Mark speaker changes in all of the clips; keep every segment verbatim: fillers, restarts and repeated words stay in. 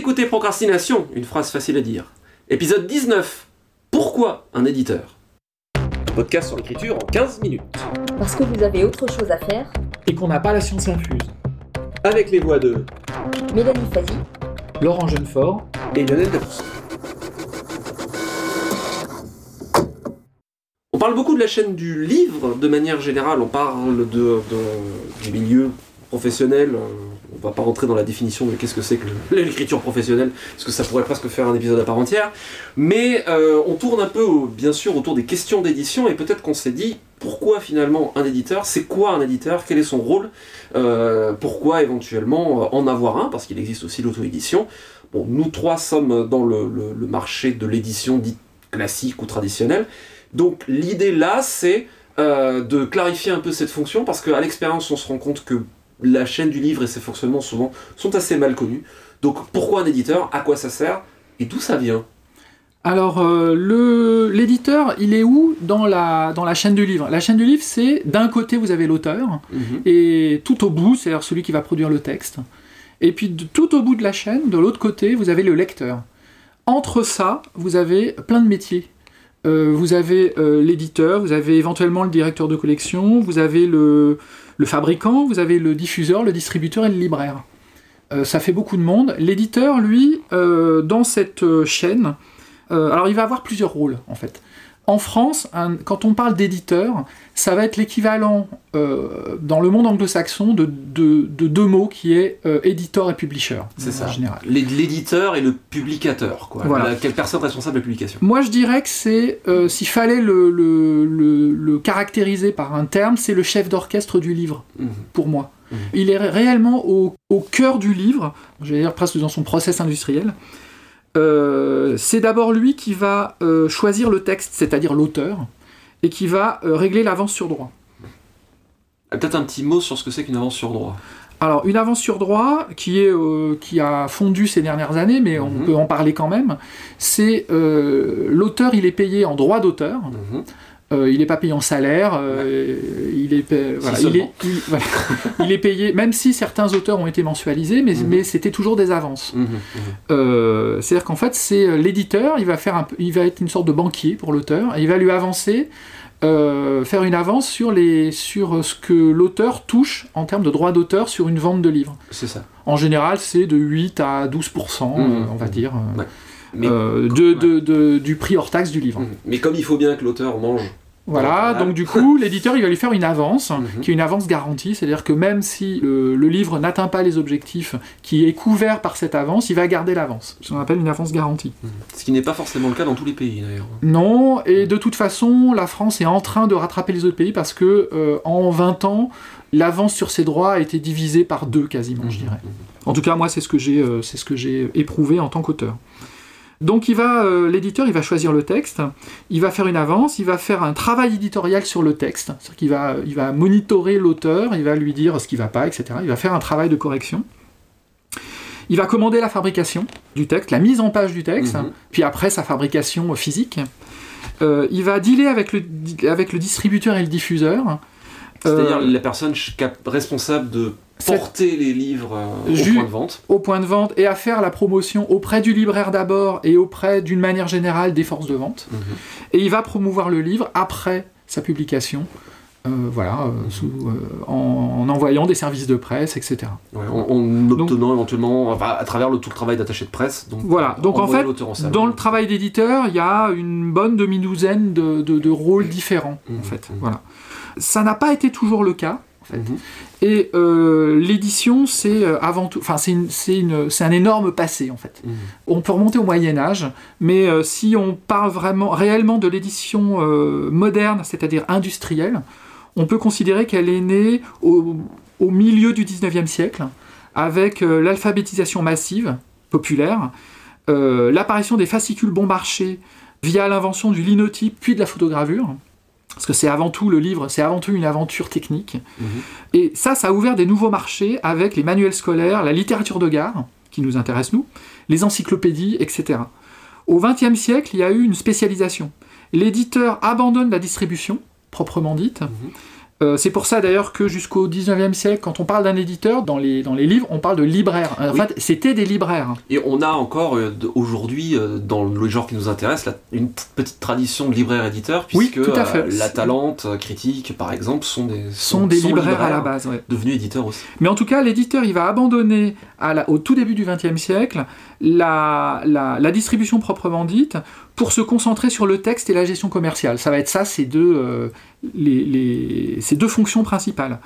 Speaker 1: écoutez Procrastination, une phrase facile à dire. Épisode dix-neuf. Pourquoi un éditeur ? Podcast sur l'écriture en quinze minutes.
Speaker 2: Parce que vous avez autre chose à faire.
Speaker 3: Et qu'on n'a pas la science infuse.
Speaker 1: Avec les voix de
Speaker 2: Mélanie Fazi,
Speaker 3: Laurent Jeunefort
Speaker 1: et Lionel Debrousse. On parle beaucoup de la chaîne du livre de manière générale, on parle de, de, du milieu professionnel, on va pas rentrer dans la définition de qu'est-ce que c'est que l'écriture professionnelle, parce que ça pourrait presque faire un épisode à part entière, mais euh, on tourne un peu bien sûr autour des questions d'édition, et peut-être qu'on s'est dit pourquoi finalement un éditeur, c'est quoi un éditeur, quel est son rôle, euh, pourquoi éventuellement en avoir un, parce qu'il existe aussi l'auto-édition. Bon, nous trois sommes dans le, le, le marché de l'édition dite classique ou traditionnelle. Donc l'idée là, c'est euh, de clarifier un peu cette fonction, parce qu'à l'expérience, on se rend compte que la chaîne du livre et ses fonctionnements souvent sont assez mal connus. Donc pourquoi un éditeur ? À quoi ça sert ? Et d'où ça vient ?
Speaker 3: Alors, euh, le, l'éditeur, il est où dans la, dans la chaîne du livre ? La chaîne du livre, c'est d'un côté, vous avez l'auteur, mmh. et tout au bout, c'est-à-dire celui qui va produire le texte. Et puis de, tout au bout de la chaîne, de l'autre côté, vous avez le lecteur. Entre ça, vous avez plein de métiers. Euh, vous avez euh, l'éditeur, vous avez éventuellement le directeur de collection, vous avez le, le fabricant, vous avez le diffuseur, le distributeur et le libraire. Euh, ça fait beaucoup de monde. L'éditeur, lui, euh, dans cette euh, chaîne, euh, alors il va avoir plusieurs rôles, en fait. En France, un, quand on parle d'éditeur, ça va être l'équivalent euh, dans le monde anglo-saxon de, de, de deux mots qui est euh, editor et publisher.
Speaker 1: C'est ça.
Speaker 3: En général.
Speaker 1: L'éditeur et le publicateur, quoi. Voilà. La, quelle personne responsable de la publication ?
Speaker 3: Moi, je dirais que c'est, euh, s'il fallait le, le, le, le caractériser par un terme, c'est le chef d'orchestre du livre, mmh. pour moi. Mmh. Il est réellement au, au cœur du livre, je vais dire presque dans son process industriel. Euh, c'est d'abord lui qui va euh, choisir le texte, c'est-à-dire l'auteur, et qui va euh, régler l'avance sur droit.
Speaker 1: Peut-être un petit mot sur ce que c'est qu'une avance sur droit.
Speaker 3: Alors, une avance sur droit, qui, est, euh, qui a fondu ces dernières années, mais on mmh. peut en parler quand même, c'est euh, l'auteur, il est payé en droit d'auteur, mmh. Euh, il n'est pas payé en salaire, euh, ouais. il, est, euh, voilà,
Speaker 1: si
Speaker 3: il, est, il, voilà, il est payé, même si certains auteurs ont été mensualisés, mais, mmh. mais c'était toujours des avances. Mmh. Euh, c'est-à-dire qu'en fait, c'est l'éditeur, il va, faire un, il va être une sorte de banquier pour l'auteur, et il va lui avancer, euh, faire une avance sur, les, sur ce que l'auteur touche en termes de droits d'auteur sur une vente de livres.
Speaker 1: C'est ça.
Speaker 3: En général, c'est de huit à douze pour cent, mmh. euh, on va dire.
Speaker 1: Ouais. Mais,
Speaker 3: euh, de, de, de, du prix hors taxe du livre.
Speaker 1: Mais comme il faut bien que l'auteur mange.
Speaker 3: Voilà, donc du coup, l'éditeur, il va lui faire une avance, mm-hmm. qui est une avance garantie, c'est-à-dire que même si le, le livre n'atteint pas les objectifs qui est couvert par cette avance, il va garder l'avance. Ce qu'on appelle une avance garantie.
Speaker 1: Mm-hmm. Ce qui n'est pas forcément le cas dans tous les pays, d'ailleurs.
Speaker 3: Non, et de toute façon, la France est en train de rattraper les autres pays parce que euh, en vingt ans, l'avance sur ses droits a été divisée par deux quasiment, mm-hmm. je dirais. En tout cas, moi, c'est ce que j'ai, euh, c'est ce que j'ai éprouvé en tant qu'auteur. Donc il va, euh, l'éditeur, il va choisir le texte, il va faire une avance, il va faire un travail éditorial sur le texte, c'est-à-dire qu'il va, il va monitorer l'auteur, il va lui dire ce qui ne va pas, et cetera. Il va faire un travail de correction. Il va commander la fabrication du texte, la mise en page du texte, mmh. puis après sa fabrication physique. Euh, il va dealer avec le, avec le distributeur et le diffuseur.
Speaker 1: C'est-à-dire euh, la personne responsable de porter les livres euh, au point de vente.
Speaker 3: Au point de vente, et à faire la promotion auprès du libraire d'abord, et auprès, d'une manière générale, des forces de vente. Mmh. Et il va promouvoir le livre après sa publication, euh, voilà, euh, mmh. sous, euh, en, en envoyant des services de presse, et cetera.
Speaker 1: Ouais, en, en obtenant donc, éventuellement, enfin, à travers le, tout le travail d'attaché de presse. Donc,
Speaker 3: voilà, donc en fait, en dans le travail d'éditeur, il y a une bonne demi-douzaine de, de, de rôles différents, mmh. en fait. Mmh. Voilà. Ça n'a pas été toujours le cas. En fait. Mmh. Et euh, l'édition, c'est euh, avant tout, enfin c'est, une, c'est, une, c'est un énorme passé en fait. Mmh. On peut remonter au Moyen Âge, mais euh, si on parle vraiment, réellement de l'édition euh, moderne, c'est-à-dire industrielle, on peut considérer qu'elle est née au, au milieu du dix-neuvième siècle, avec euh, l'alphabétisation massive, populaire, euh, l'apparition des fascicules bon marché via l'invention du linotype puis de la photogravure. Parce que c'est avant tout, le livre, c'est avant tout une aventure technique. Mmh. Et ça, ça a ouvert des nouveaux marchés avec les manuels scolaires, la littérature de gare, qui nous intéresse nous, les encyclopédies, et cetera. Au vingtième siècle, il y a eu une spécialisation. L'éditeur abandonne la distribution, proprement dite, mmh. Euh, c'est pour ça d'ailleurs que jusqu'au dix-neuvième siècle, quand on parle d'un éditeur, dans les, dans les livres, on parle de libraire. En oui. fait, c'était des libraires.
Speaker 1: Et on a encore euh, aujourd'hui, euh, dans le genre qui nous intéresse, la, une petite tradition de libraire-éditeur, puisque oui, euh, La Talente, Critique, par exemple, sont des,
Speaker 3: sont, sont des sont libraires, libraires à la base. Ouais.
Speaker 1: Devenus éditeurs aussi.
Speaker 3: Mais en tout cas, l'éditeur, il va abandonner à la, au tout début du vingtième siècle la, la, la distribution proprement dite pour se concentrer sur le texte et la gestion commerciale. Ça va être ça, ces deux, euh, les, les, ces deux fonctions principales.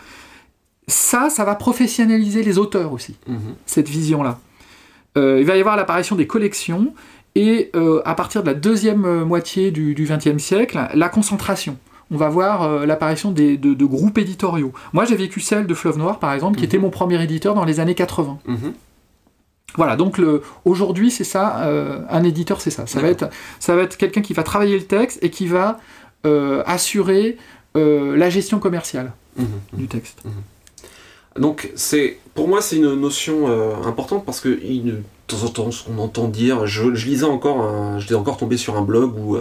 Speaker 3: Ça, ça va professionnaliser les auteurs aussi, mmh. cette vision-là. Euh, il va y avoir l'apparition des collections, et euh, à partir de la deuxième moitié du vingtième siècle, la concentration. On va voir euh, l'apparition des, de, de groupes éditoriaux. Moi, j'ai vécu celle de Fleuve Noir, par exemple, mmh. qui était mon premier éditeur dans les années quatre-vingts. Mmh. Voilà, donc le, aujourd'hui, c'est ça, euh, un éditeur, c'est ça. Ça va, être, ça va être quelqu'un qui va travailler le texte et qui va euh, assurer euh, la gestion commerciale mmh, du texte.
Speaker 1: Mmh. Donc, c'est, pour moi, c'est une notion euh, importante parce que il, de temps en temps, on entend dire, je, je lisais encore, un, j'étais encore tombé sur un blog où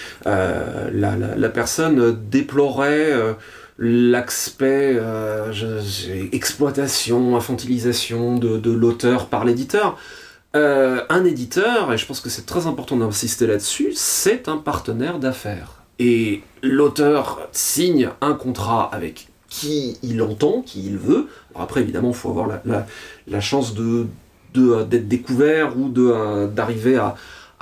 Speaker 1: euh, la, la, la personne déplorait euh, l'aspect euh, je, je, exploitation, infantilisation de, de l'auteur par l'éditeur. Euh, un éditeur, et je pense que c'est très important d'insister là-dessus, c'est un partenaire d'affaires. Et l'auteur signe un contrat avec qui il entend, qui il veut. Alors après, évidemment, il faut avoir la, la, la chance de, de, d'être découvert ou de, d'arriver à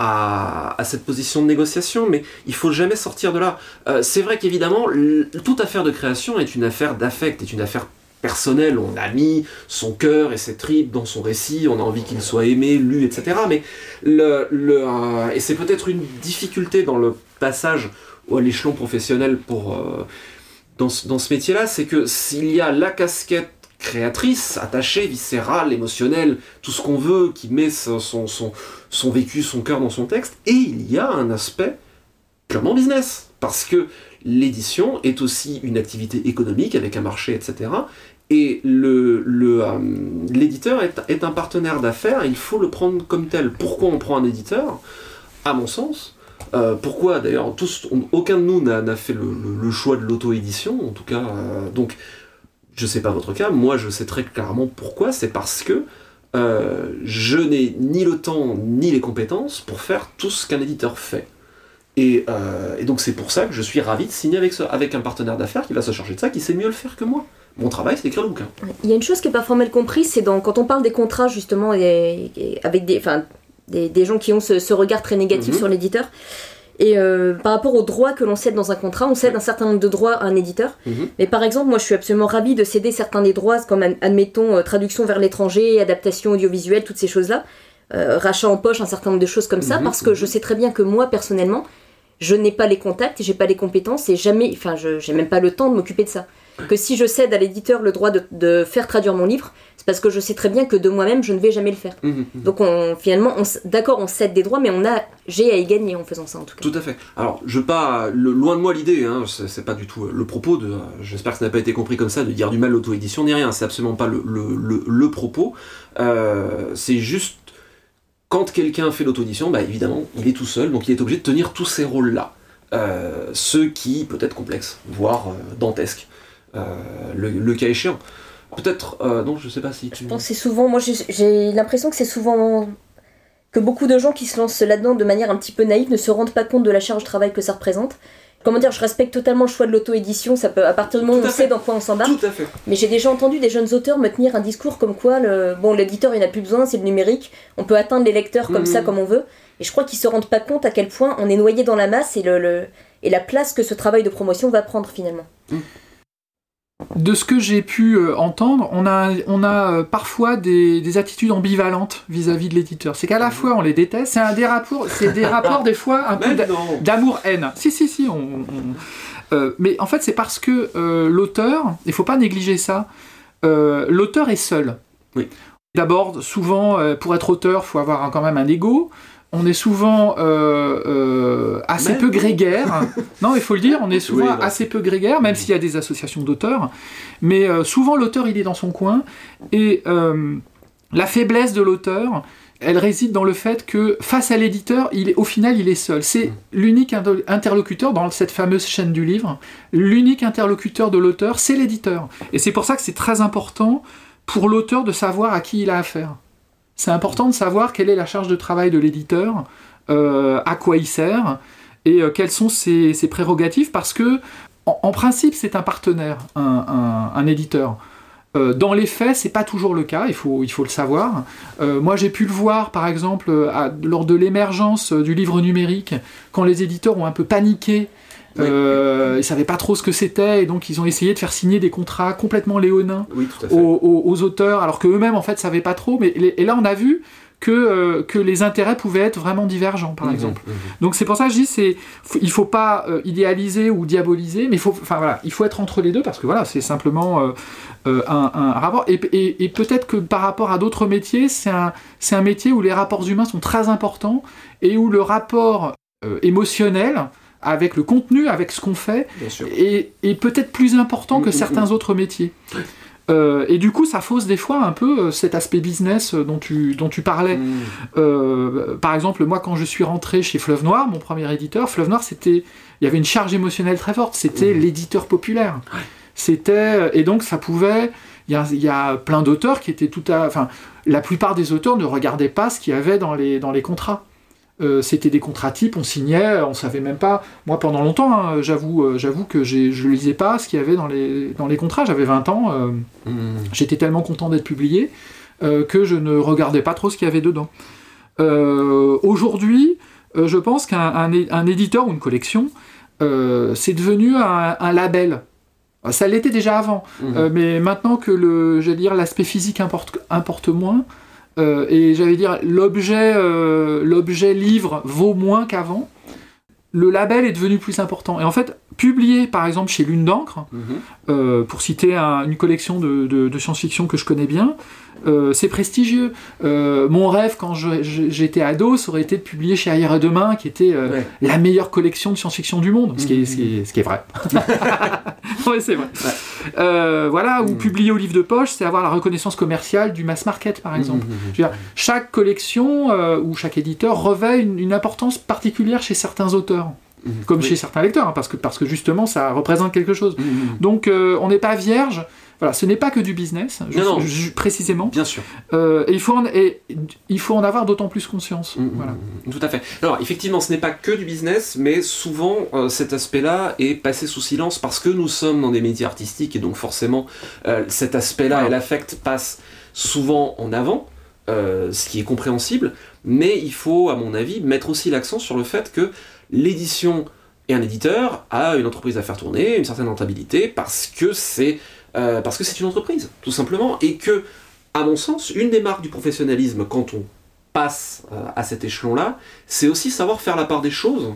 Speaker 1: À, à cette position de négociation, mais il faut jamais sortir de là. Euh, c'est vrai qu'évidemment, l- toute affaire de création est une affaire d'affect, est une affaire personnelle. On a mis son cœur et ses tripes dans son récit, on a envie qu'il soit aimé, lu, et cetera. Mais le, le, euh, et c'est peut-être une difficulté dans le passage à l'échelon professionnel pour, euh, dans, ce, dans ce métier-là, c'est que s'il y a la casquette créatrice, attachée, viscérale, émotionnelle, tout ce qu'on veut, qui met son, son, son vécu, son cœur dans son texte, et il y a un aspect purement business, parce que l'édition est aussi une activité économique avec un marché, et cetera. Et le, le, euh, l'éditeur est, est un partenaire d'affaires, et il faut le prendre comme tel. Pourquoi on prend un éditeur ? À mon sens, euh, pourquoi d'ailleurs tous, on, aucun de nous n'a, n'a fait le, le, le choix de l'auto-édition, en tout cas, euh, donc je sais pas votre cas, moi je sais très clairement pourquoi, c'est parce que euh, je n'ai ni le temps ni les compétences pour faire tout ce qu'un éditeur fait. Et, euh, et donc c'est pour ça que je suis ravi de signer avec, ce, avec un partenaire d'affaires qui va se charger de ça, qui sait mieux le faire que moi. Mon travail, c'est d'écrire le bouquin.
Speaker 2: Il y a une chose qui est parfois mal comprise, c'est dans, quand on parle des contrats justement, et, et avec des, enfin, des, des gens qui ont ce, ce regard très négatif mm-hmm. sur l'éditeur. Et euh, par rapport aux droits que l'on cède dans un contrat, on cède un certain nombre de droits à un éditeur. Mmh. Mais par exemple, moi je suis absolument ravie de céder certains des droits, comme admettons euh, traduction vers l'étranger, adaptation audiovisuelle, toutes ces choses-là, euh, rachat en poche, un certain nombre de choses comme mmh. ça, parce que je sais très bien que moi personnellement, je n'ai pas les contacts, j'ai pas les compétences et jamais, enfin je j'ai même pas le temps de m'occuper de ça. Que si je cède à l'éditeur le droit de, de faire traduire mon livre, c'est parce que je sais très bien que de moi-même, je ne vais jamais le faire. Mmh, mmh. Donc on, finalement, on, d'accord, on cède des droits, mais on a, j'ai à y gagner en faisant ça en tout cas.
Speaker 1: Tout à fait. Alors, je veux pas, le, loin de moi l'idée, hein, c'est, c'est pas du tout le propos, de, j'espère que ça n'a pas été compris comme ça, de dire du mal l'auto-édition ni rien, c'est absolument pas le, le, le, le propos. Euh, c'est juste, quand quelqu'un fait l'auto-édition, bah évidemment, il est tout seul, donc il est obligé de tenir tous ces rôles-là. Euh, ceux qui, peut-être complexes, voire euh, dantesques. Euh, le, le cas échéant. Peut-être, euh, non, je sais pas si tu...
Speaker 2: Je pense que c'est souvent, moi j'ai, j'ai l'impression que c'est souvent que beaucoup de gens qui se lancent là-dedans de manière un petit peu naïve ne se rendent pas compte de la charge de travail que ça représente. Comment dire, je respecte totalement le choix de l'auto-édition, ça peut, à partir du moment où on sait dans quoi on s'embarque.
Speaker 1: Tout à fait.
Speaker 2: Mais j'ai déjà entendu des jeunes auteurs me tenir un discours comme quoi, le, bon, l'éditeur il n'a plus besoin, c'est le numérique, on peut atteindre les lecteurs comme mmh. ça, comme on veut. Et je crois qu'ils se rendent pas compte à quel point on est noyé dans la masse et, le, le, et la place que ce travail de promotion va prendre finalement. Mmh.
Speaker 3: De ce que j'ai pu euh, entendre, on a, on a euh, parfois des, des attitudes ambivalentes vis-à-vis de l'éditeur. C'est qu'à la fois on les déteste, c'est, un des, rapports, c'est des rapports des fois un peu d'a, d'amour-haine. Si, si, si. On, on, euh, mais en fait, c'est parce que euh, l'auteur, il ne faut pas négliger ça, euh, l'auteur est seul.
Speaker 1: Oui.
Speaker 3: D'abord, souvent, euh, pour être auteur, il faut avoir un, quand même un ego. On est souvent euh, euh, assez même peu grégaire. Non, il faut le dire, on est souvent oui, assez peu grégaire, même s'il y a des associations d'auteurs. Mais euh, souvent, l'auteur, il est dans son coin. Et euh, la faiblesse de l'auteur, elle réside dans le fait que face à l'éditeur, il est, au final, il est seul. C'est l'unique interlocuteur dans cette fameuse chaîne du livre. L'unique interlocuteur de l'auteur, c'est l'éditeur. Et c'est pour ça que c'est très important pour l'auteur de savoir à qui il a affaire. C'est important de savoir quelle est la charge de travail de l'éditeur, euh, à quoi il sert, et euh, quelles sont ses, ses prérogatives, parce que, en, en principe, c'est un partenaire, un, un, un éditeur. Euh, dans les faits, c'est pas toujours le cas, il faut, il faut le savoir. Euh, moi, j'ai pu le voir, par exemple, à, lors de l'émergence du livre numérique, quand les éditeurs ont un peu paniqué. Euh, oui. Ils savaient pas trop ce que c'était, et donc ils ont essayé de faire signer des contrats complètement léonins
Speaker 1: oui, tout à fait.
Speaker 3: Aux, aux, aux auteurs, alors qu'eux-mêmes en fait savaient pas trop. Mais et là on a vu que euh, que les intérêts pouvaient être vraiment divergents, par mmh, exemple. Mmh. Donc c'est pour ça que je dis, c'est il faut pas euh, idéaliser ou diaboliser, mais il faut, enfin voilà, il faut être entre les deux, parce que voilà, c'est simplement euh, euh, un, un rapport. Et, et, et peut-être que par rapport à d'autres métiers, c'est un c'est un métier où les rapports humains sont très importants et où le rapport euh, émotionnel avec le contenu, avec ce qu'on fait, est, est peut-être plus important que mmh, certains mmh. autres métiers. Euh, et du coup, ça fausse des fois un peu euh, cet aspect business dont tu, dont tu parlais. Mmh. Euh, par exemple, moi, quand je suis rentré chez Fleuve Noir, mon premier éditeur, Fleuve Noir, c'était, il y avait une charge émotionnelle très forte. C'était mmh. l'éditeur populaire. Ouais. C'était, et donc, ça pouvait... Il y a, il y a plein d'auteurs qui étaient tout à... Enfin, la plupart des auteurs ne regardaient pas ce qu'il y avait dans les, dans les contrats. Euh, c'était des contrats types, on signait, on savait même pas. Moi, pendant longtemps, hein, j'avoue, euh, j'avoue que j'ai, je lisais pas ce qu'il y avait dans les, dans les contrats. J'avais vingt ans, euh, mmh. j'étais tellement content d'être publié euh, que je ne regardais pas trop ce qu'il y avait dedans. Euh, aujourd'hui, euh, je pense qu'un un, un éditeur ou une collection, euh, c'est devenu un, un label. Ça l'était déjà avant, mmh. euh, mais maintenant que le, j'allais dire, l'aspect physique importe, importe moins. Euh, et j'allais dire, l'objet, euh, l'objet livre vaut moins qu'avant, le label est devenu plus important. Et en fait, publié par exemple chez Lune d'encre, mmh. euh, pour citer un, une collection de, de, de science-fiction que je connais bien, euh, c'est prestigieux. Euh, mon rêve quand je, je, j'étais ado, ça aurait été de publier chez Ailleurs et Demain, qui était euh, ouais. la meilleure collection de science-fiction du monde, ce qui est, ce qui est, ce qui est vrai. Oui, c'est vrai. Ouais. Euh, voilà, ou mmh. publier au livre de poche, c'est avoir la reconnaissance commerciale du mass market, par exemple. Mmh. Je veux dire, chaque collection euh, ou chaque éditeur revêt une, une importance particulière chez certains auteurs. Mmh. Comme oui. chez certains lecteurs, hein, parce, que, parce que justement ça représente quelque chose. Mmh. Donc euh, on n'est pas vierge. Voilà, ce n'est pas que du business, je, non, non. Je, précisément.
Speaker 1: Bien sûr.
Speaker 3: Euh, et il faut en, et, il faut en avoir d'autant plus conscience.
Speaker 1: Mmh, voilà. Tout à fait. Alors, effectivement, ce n'est pas que du business, mais souvent, euh, cet aspect-là est passé sous silence parce que nous sommes dans des métiers artistiques et donc forcément, euh, cet aspect-là et l'affect passent souvent en avant, euh, ce qui est compréhensible, mais il faut, à mon avis, mettre aussi l'accent sur le fait que l'édition et un éditeur a une entreprise à faire tourner, une certaine rentabilité, parce que c'est Euh, parce que c'est une entreprise, tout simplement, et que, à mon sens, une des marques du professionnalisme quand on passe euh, à cet échelon-là, c'est aussi savoir faire la part des choses,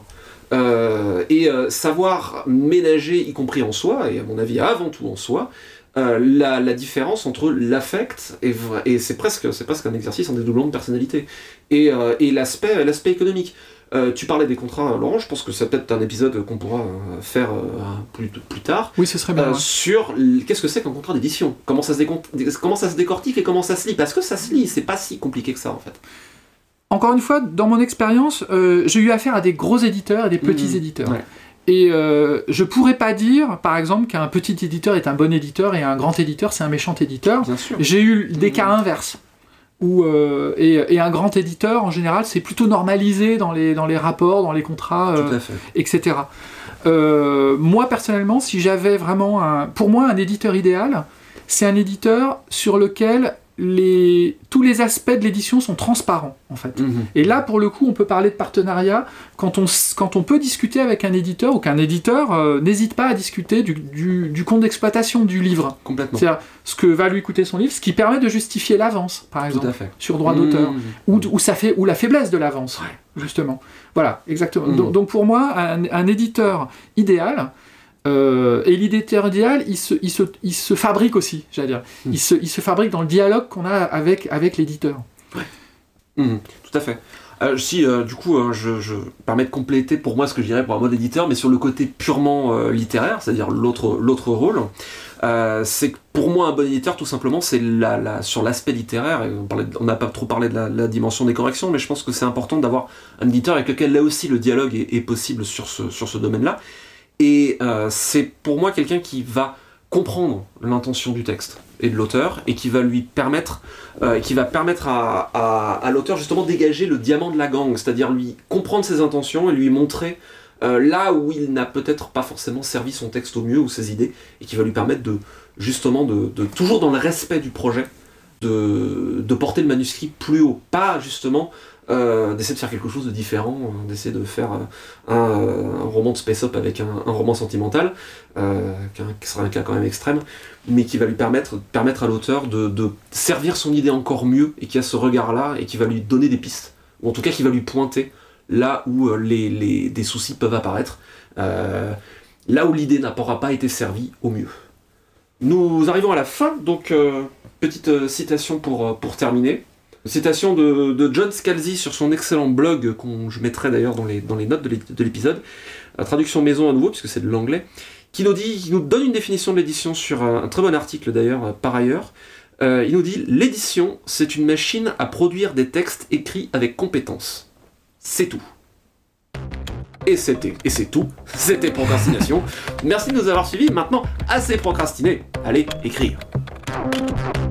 Speaker 1: euh, et euh, savoir ménager, y compris en soi, et à mon avis avant tout en soi, euh, la, la différence entre l'affect, et, et c'est, presque, c'est presque un exercice en dédoublement de personnalité, et, euh, et l'aspect, l'aspect économique. Euh, tu parlais des contrats, Laurent, je pense que c'est peut-être un épisode qu'on pourra euh, faire euh, plus, plus tard.
Speaker 3: Oui, ce serait bien. Euh, ouais.
Speaker 1: Sur l- qu'est-ce que c'est qu'un contrat d'édition, comment ça, se décont- comment ça se décortique et comment ça se lit. Parce que ça se lit, c'est pas si compliqué que ça en fait.
Speaker 3: Encore une fois, dans mon expérience, euh, j'ai eu affaire à des gros éditeurs et des petits mmh, éditeurs. Ouais. Et euh, je pourrais pas dire, par exemple, qu'un petit éditeur est un bon éditeur et un grand éditeur c'est un méchant éditeur.
Speaker 1: Bien sûr.
Speaker 3: J'ai eu des mmh. cas inverses. Où, euh, et, et un grand éditeur, en général, c'est plutôt normalisé dans les, dans les rapports, dans les contrats, euh, et cetera. Euh, moi, personnellement, si j'avais vraiment un... Pour moi, un éditeur idéal, c'est un éditeur sur lequel les, tous les aspects de l'édition sont transparents, en fait. Mmh. Et là, pour le coup, on peut parler de partenariat quand on, quand on peut discuter avec un éditeur, ou qu'un éditeur euh, n'hésite pas à discuter du, du, du compte d'exploitation du livre.
Speaker 1: Complètement.
Speaker 3: C'est-à-dire ce que va lui coûter son livre, ce qui permet de justifier l'avance, par exemple,
Speaker 1: Tout à fait.
Speaker 3: sur droit d'auteur, mmh. ou, ou, ça fait, ou la faiblesse de l'avance, ouais. justement. Voilà, exactement. Mmh. Donc, donc pour moi, un, un éditeur idéal, Euh, et l'éditeur idéal, il se, il, se, il se fabrique aussi, j'allais dire. Mmh. Il, se, il se fabrique dans le dialogue qu'on a avec, avec l'éditeur.
Speaker 1: Ouais. Mmh, tout à fait. Euh, si, euh, du coup, euh, je, je permets de compléter pour moi ce que je dirais pour un mode éditeur, mais sur le côté purement euh, littéraire, c'est-à-dire l'autre, l'autre rôle, euh, c'est que pour moi, un bon éditeur, tout simplement, c'est la, la, sur l'aspect littéraire, et on n'a pas trop parlé de la, la dimension des corrections, mais je pense que c'est important d'avoir un éditeur avec lequel, là aussi, le dialogue est, est possible sur ce, sur ce domaine-là. Et euh, c'est pour moi quelqu'un qui va comprendre l'intention du texte et de l'auteur, et qui va lui permettre, euh, qui va permettre à, à, à l'auteur justement dégager le diamant de la gangue, c'est-à-dire lui comprendre ses intentions et lui montrer euh, là où il n'a peut-être pas forcément servi son texte au mieux ou ses idées, et qui va lui permettre de justement de, de toujours dans le respect du projet, de, de porter le manuscrit plus haut, pas justement euh, d'essayer de faire quelque chose de différent, euh, d'essayer de faire euh, un, un roman de space-up avec un, un roman sentimental, euh, qui sera un cas quand même extrême, mais qui va lui permettre, permettre à l'auteur de, de servir son idée encore mieux, et qui a ce regard-là, et qui va lui donner des pistes, ou en tout cas qui va lui pointer là où euh, les, les, des soucis peuvent apparaître, euh, là où l'idée n'aura pas été servie au mieux. Nous arrivons à la fin, donc euh, petite euh, citation pour, pour terminer. Citation de, de John Scalzi sur son excellent blog, que je mettrai d'ailleurs dans les, dans les notes de l'épisode, la traduction maison à nouveau, puisque c'est de l'anglais, qui nous, dit, qui nous donne une définition de l'édition sur un, un très bon article d'ailleurs, euh, par ailleurs. Euh, il nous dit « L'édition, c'est une machine à produire des textes écrits avec compétence. C'est tout. » Et c'était, et c'est tout, c'était Procrastination. Merci de nous avoir suivis, maintenant, assez procrastiné, allez, écrire.